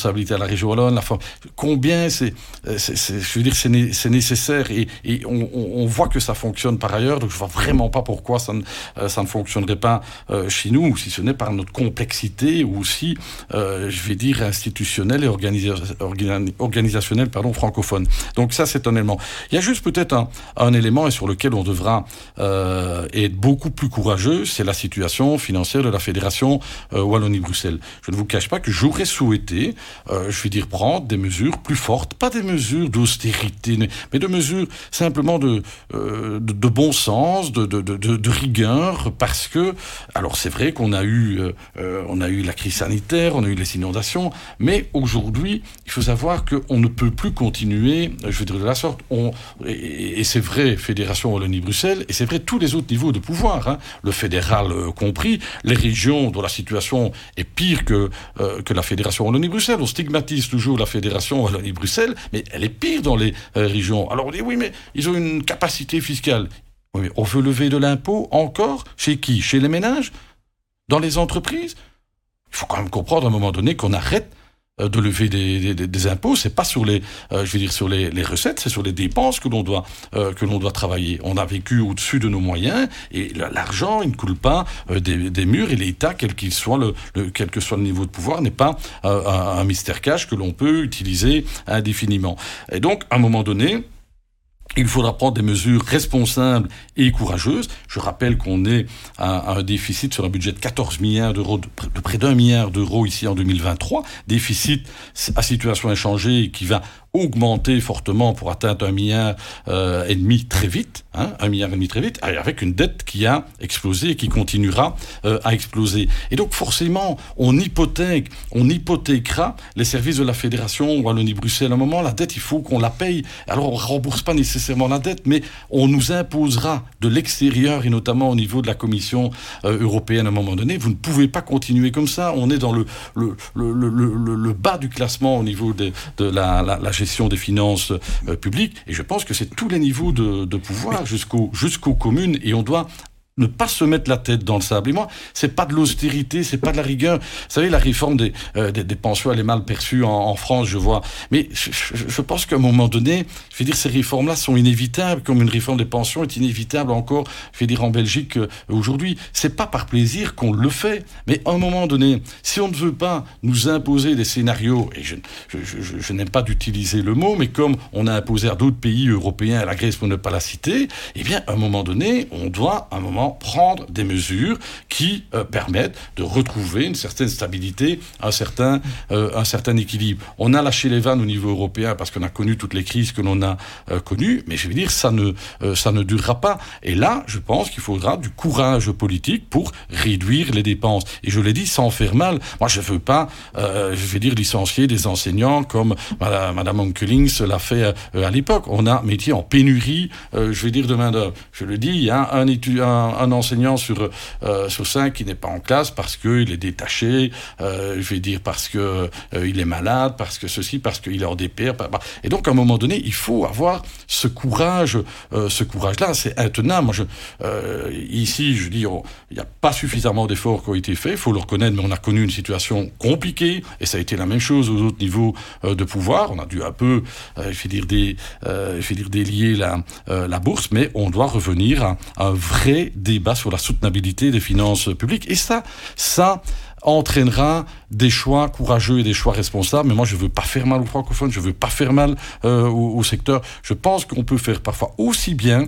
responsabilité à la région wallonne, la forme, combien c'est, c'est, c'est, je veux dire, c'est, né, c'est nécessaire et, et on, on voit que ça fonctionne par ailleurs, donc je vois vraiment pas pourquoi ça ne, euh, ça ne fonctionnerait pas euh, chez nous, si ce n'est par notre complexité ou aussi, euh, je vais dire, institutionnelle et organisa- organi- organisationnelle, pardon, francophone. Donc ça, c'est un élément. Il y a juste peut-être un, un élément et sur lequel on devra euh, être beaucoup plus courageux, c'est la situation financière de la Fédération euh, Wallonie-Bruxelles. Je ne vous cache pas que j'aurais souhaité, euh, je vais dire, prendre des mesures plus fortes, pas des mesures d'austérité, mais de mesures simplement de, euh, de, de bon sens, de, de, de, de rigueur, parce que, alors c'est vrai qu'on a eu, euh, on a eu la crise sanitaire, on a eu les inondations, mais aujourd'hui, il faut savoir qu'on ne peut plus continuer, je veux dire de la sorte, on, et, et c'est vrai, Fédération Wallonie-Bruxelles, et c'est vrai tous les autres niveaux de pouvoir, hein, le fédéral euh, compris, les régions dont la situation est pire que, euh, que la Fédération Wallonie-Bruxelles. On stigmatise toujours la Fédération Wallonie-Bruxelles, mais elle est pire dans les euh, régions. Alors on dit oui, mais ils ont une capacité fiscale. Oui, mais on veut lever de l'impôt encore? Chez qui? Chez les ménages? Dans les entreprises? Il faut quand même comprendre à un moment donné qu'on arrête de lever des, des, des impôts, c'est pas sur les, euh, je veux dire sur les, les recettes, c'est sur les dépenses que l'on doit euh, que l'on doit travailler. On a vécu au-dessus de nos moyens et l'argent, il ne coule pas euh, des, des murs et l'État, quel qu'il soit le, le, quel que soit le niveau de pouvoir, n'est pas euh, un, un mystère cache que l'on peut utiliser indéfiniment. Et donc, à un moment donné, il faudra prendre des mesures responsables et courageuses. Je rappelle qu'on est à un déficit sur un budget de quatorze milliards d'euros, de près d'un milliard d'euros ici en deux mille vingt-trois. Déficit à situation inchangée qui va augmenter fortement pour atteindre un milliard euh, et demi très vite, hein, un milliard et demi très vite, avec une dette qui a explosé et qui continuera euh, à exploser. Et donc forcément, on hypothèque, on hypothéquera les services de la Fédération Wallonie-Bruxelles. À un moment, la dette, il faut qu'on la paye. Alors on rembourse pas nécessairement la dette, mais on nous imposera de l'extérieur et notamment au niveau de la Commission euh, européenne à un moment donné. Vous ne pouvez pas continuer comme ça. On est dans le le le le, le, le bas du classement au niveau de, de la, la, la gestion des finances euh, publiques, et je pense que c'est tous les niveaux de, de pouvoir jusqu'au, jusqu'aux communes, et on doit ne pas se mettre la tête dans le sable. Et moi, c'est pas de l'austérité, c'est pas de la rigueur. Vous savez, la réforme des, euh, des, des pensions, elle est mal perçue en, en France, je vois. Mais je, je, je pense qu'à un moment donné, je veux dire, ces réformes-là sont inévitables, comme une réforme des pensions est inévitable encore, je vais dire, en Belgique euh, aujourd'hui. C'est pas par plaisir qu'on le fait, mais à un moment donné, si on ne veut pas nous imposer des scénarios, et je, je, je, je n'aime pas d'utiliser le mot, mais comme on a imposé à d'autres pays européens, à la Grèce pour ne pas la citer, eh bien, à un moment donné, on doit, à un moment, prendre des mesures qui euh, permettent de retrouver une certaine stabilité, un certain, euh, un certain équilibre. On a lâché les vannes au niveau européen parce qu'on a connu toutes les crises que l'on a euh, connues, mais je veux dire, ça ne, euh, ça ne durera pas. Et là, je pense qu'il faudra du courage politique pour réduire les dépenses. Et je l'ai dit sans faire mal. Moi, je ne veux pas, euh, je vais dire, licencier des enseignants comme Madame, Madame Onkelings l'a fait euh, à l'époque. On a un métier en pénurie, euh, je vais dire, de main-d'œuvre. Je le dis, il y a un étudiant, un enseignant sur, euh, sur cinq qui n'est pas en classe parce qu'il est détaché, euh, je vais dire parce qu'il euh, est malade, parce que ceci, parce qu'il est en D P R. Et donc, à un moment donné, il faut avoir ce courage, euh, ce courage-là, c'est intenable. Moi, je, euh, ici, je dis, il n'y a pas suffisamment d'efforts qui ont été faits, il faut le reconnaître, mais on a connu une situation compliquée, et ça a été la même chose aux autres niveaux euh, de pouvoir. On a dû un peu, euh, je vais dire, des, euh, je vais dire, délier la, euh, la bourse, mais on doit revenir à, à un vrai débat sur la soutenabilité des finances publiques. Et ça, ça entraînera des choix courageux et des choix responsables. Mais moi, je veux pas faire mal aux francophones, je veux pas faire mal euh, au, au secteur. Je pense qu'on peut faire parfois aussi bien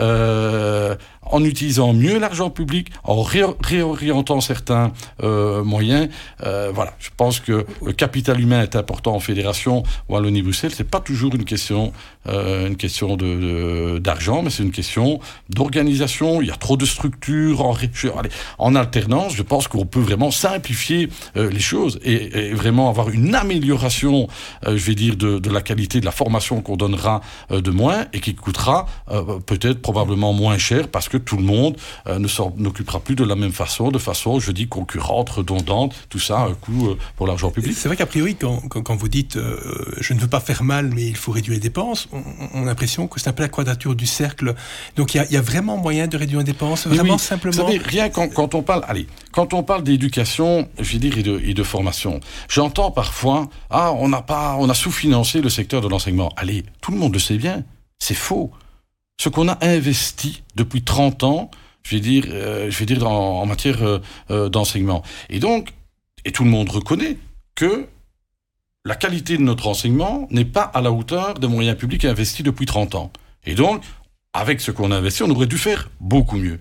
euh, en utilisant mieux l'argent public, en ré- réorientant certains euh, moyens. Euh, voilà, je pense que le capital humain est important en fédération Wallonie-Bruxelles. C'est pas toujours une question, euh, une question de, de, d'argent, mais c'est une question d'organisation. Il y a trop de structures en, ré- allez, en alternance. Je pense qu'on peut vraiment simplifier euh, les choses et, et vraiment avoir une amélioration, euh, je vais dire, de, de la qualité de la formation qu'on donnera euh, de moins et qui coûtera euh, peut-être probablement moins cher parce que tout le monde euh, ne s'en occupera plus de la même façon, de façon, je dis, concurrente, redondante, tout ça, un coût euh, pour l'argent public. C'est vrai qu'a priori, quand, quand, quand vous dites euh, je ne veux pas faire mal, mais il faut réduire les dépenses, on, on a l'impression que c'est un peu la quadrature du cercle. Donc il y a, y a vraiment moyen de réduire les dépenses, vraiment oui, simplement. Vous savez, rien quand, quand on parle, allez, quand on parle d'éducation, je vais dire, et de, et de de formation. J'entends parfois, ah, on n'a pas, on a sous-financé le secteur de l'enseignement. Allez, tout le monde le sait bien, c'est faux. Ce qu'on a investi depuis trente ans, je vais dire, euh, je vais dire en, en matière euh, euh, d'enseignement. Et donc, et tout le monde reconnaît que la qualité de notre enseignement n'est pas à la hauteur des moyens publics investis depuis trente ans. Et donc, avec ce qu'on a investi, on aurait dû faire beaucoup mieux.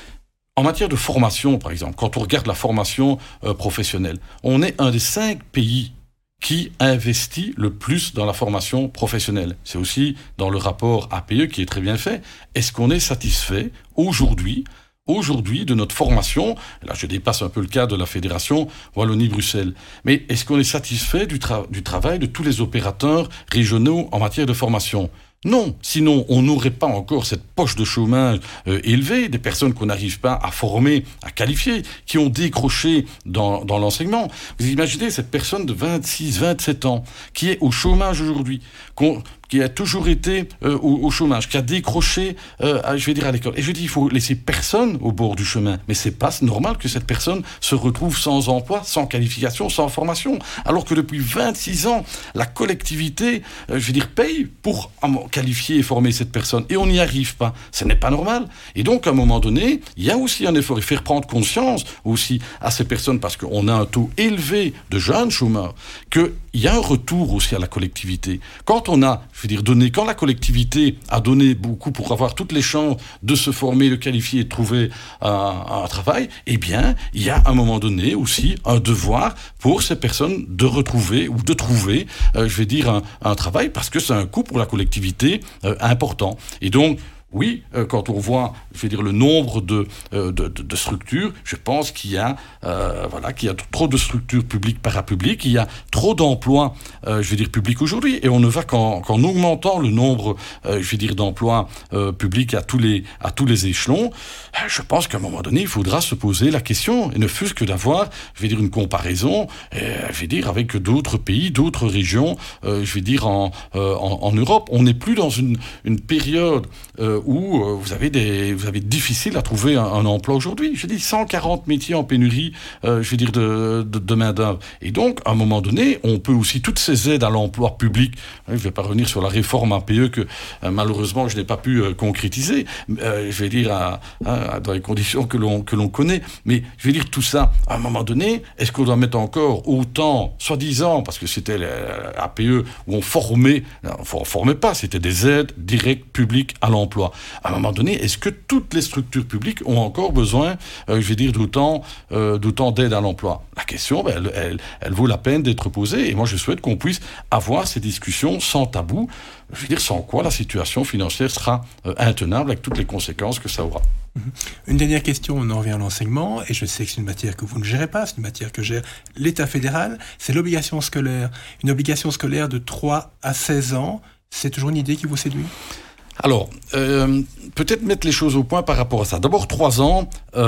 En matière de formation, par exemple, quand on regarde la formation euh, professionnelle, on est un des cinq pays qui investit le plus dans la formation professionnelle. C'est aussi dans le rapport A P E qui est très bien fait. Est-ce qu'on est satisfait aujourd'hui, aujourd'hui de notre formation? Là, je dépasse un peu le cas de la Fédération Wallonie-Bruxelles. Mais est-ce qu'on est satisfait du, tra- du travail de tous les opérateurs régionaux en matière de formation? Non, sinon on n'aurait pas encore cette poche de chômage euh, élevée, des personnes qu'on n'arrive pas à former, à qualifier, qui ont décroché dans, dans l'enseignement. Vous imaginez cette personne de vingt-six, vingt-sept ans qui est au chômage aujourd'hui, qu'on, qui a toujours été euh, au, au chômage, qui a décroché, euh, à, je vais dire, à l'école. Et je dis, il faut laisser personne au bord du chemin. Mais c'est pas normal que cette personne se retrouve sans emploi, sans qualification, sans formation. Alors que depuis vingt-six ans, la collectivité, euh, je veux dire, paye pour qualifier et former cette personne. Et on n'y arrive pas. Ce n'est pas normal. Et donc, à un moment donné, il y a aussi un effort. Il faut faire prendre conscience aussi à ces personnes, parce qu'on a un taux élevé de jeunes chômeurs, qu'il y a un retour aussi à la collectivité. Quand on a, je veux dire, donné, quand la collectivité a donné beaucoup pour avoir toutes les chances de se former, de qualifier et de trouver un, un travail, eh bien, il y a à un moment donné aussi un devoir pour ces personnes de retrouver ou de trouver, euh, je vais dire, un, un travail, parce que c'est un coût pour la collectivité euh, important. Et donc, oui, euh, quand on voit, je vais dire, le nombre de, euh, de, de, de structures, je pense qu'il y a, euh, voilà, qu'il y a trop de structures publiques parapubliques, il y a trop d'emplois, euh, je vais dire, publics aujourd'hui, et on ne va qu'en, qu'en augmentant le nombre, euh, je vais dire, d'emplois euh, publics à tous les, à tous les échelons. Je pense qu'à un moment donné, il faudra se poser la question, et ne fût-ce que d'avoir, je vais dire, une comparaison, euh, je vais dire, avec d'autres pays, d'autres régions, euh, je vais dire, en, euh, en, en Europe. On n'est plus dans une, une période euh, où euh, vous avez des, vous avez difficile à trouver un, un emploi aujourd'hui. Je dis cent quarante métiers en pénurie, euh, je vais dire, de, de, de main-d'œuvre. Et donc, à un moment donné, on peut aussi toutes ces aides à l'emploi public. Je ne vais pas revenir sur la réforme A P E que euh, malheureusement je n'ai pas pu euh, concrétiser. Euh, je vais dire à, à, dans les conditions que l'on que l'on connaît. Mais je vais dire tout ça. À un moment donné, est-ce qu'on doit mettre encore autant, soi-disant, parce que c'était l'A P E où on formait, non, on ne formait pas, c'était des aides directes publiques à l'emploi. À un moment donné, est-ce que toutes les structures publiques ont encore besoin, euh, je vais dire, d'autant, euh, d'autant d'aide à l'emploi? La question, ben, elle, elle, elle vaut la peine d'être posée. Et moi, je souhaite qu'on puisse avoir ces discussions sans tabou. Je veux dire, sans quoi la situation financière sera euh, intenable avec toutes les conséquences que ça aura. Une dernière question, on en revient à l'enseignement, et je sais que c'est une matière que vous ne gérez pas, c'est une matière que gère l'État fédéral, c'est l'obligation scolaire. Une obligation scolaire de trois à seize ans, c'est toujours une idée qui vous séduit ? Alors, euh, peut-être mettre les choses au point par rapport à ça. D'abord, trois ans,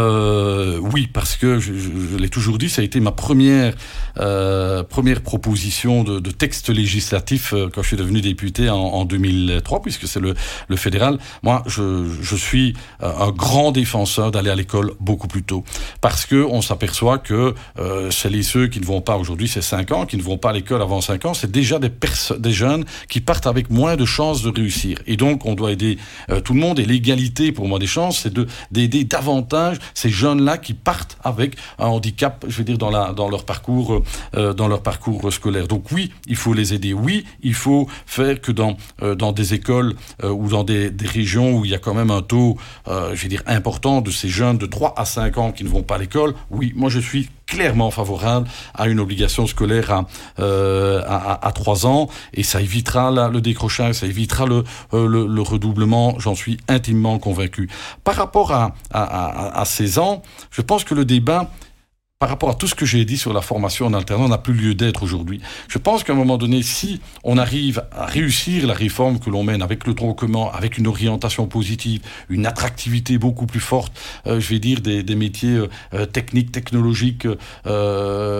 euh, oui, parce que je, je, je l'ai toujours dit, ça a été ma première euh, première proposition de, de texte législatif euh, quand je suis devenu député en, en deux mille trois, puisque c'est le, le fédéral. Moi, je, je suis un grand défenseur d'aller à l'école beaucoup plus tôt, parce que on s'aperçoit que euh, celles et ceux qui ne vont pas aujourd'hui, c'est cinq ans, qui ne vont pas à l'école avant cinq ans, c'est déjà des, perso- des jeunes qui partent avec moins de chances de réussir. Et donc, on doit aider euh, tout le monde, et l'égalité pour moi des chances, c'est de d'aider davantage ces jeunes-là qui partent avec un handicap, je veux dire, dans la dans leur parcours euh, dans leur parcours scolaire. Donc oui, il faut les aider. Oui, il faut faire que dans euh, dans des écoles euh, ou dans des, des régions où il y a quand même un taux, euh, je veux dire, important de ces jeunes de trois à cinq ans qui ne vont pas à l'école. Oui, moi je suis clairement favorable à une obligation scolaire à, euh, à, à trois ans, et ça évitera la, le décrochage, ça évitera le, euh, le, le redoublement, j'en suis intimement convaincu. Par rapport à, à, à, à seize ans, je pense que le débat, par rapport à tout ce que j'ai dit sur la formation en alternance, n'a plus lieu d'être aujourd'hui. Je pense qu'à un moment donné, si on arrive à réussir la réforme que l'on mène avec le tronc commun, avec une orientation positive, une attractivité beaucoup plus forte, euh, je vais dire, des, des métiers euh, techniques, technologiques, euh,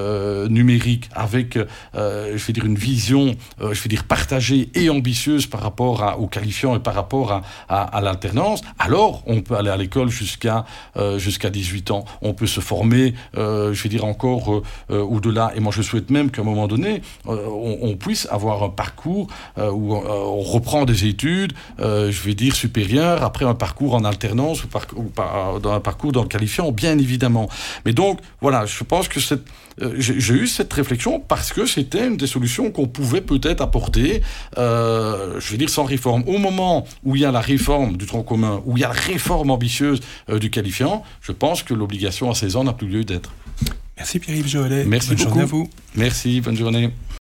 euh, numérique avec, euh, je vais dire, une vision, euh, je vais dire, partagée et ambitieuse par rapport à, aux qualifiants et par rapport à, à, à l'alternance, alors on peut aller à l'école jusqu'à, euh, jusqu'à dix-huit ans. On peut se former, euh, je vais dire, encore euh, euh, au-delà. Et moi, je souhaite même qu'à un moment donné, euh, on, on puisse avoir un parcours euh, où euh, on reprend des études, euh, je vais dire, supérieures, après un parcours en alternance ou, par, ou par, dans un parcours dans le qualifiant, bien évidemment. Mais donc, voilà, je pense que cette, euh, j'ai, j'ai eu cette réflexion parce que c'était une des solutions qu'on pouvait peut-être apporter, euh, je vais dire, sans réforme. Au moment où il y a la réforme du tronc commun, où il y a la réforme ambitieuse euh, du qualifiant, je pense que l'obligation à seize ans n'a plus lieu d'être. Merci Pierre-Yves Jolet. Merci Bonne beaucoup. journée à vous. Merci, bonne journée.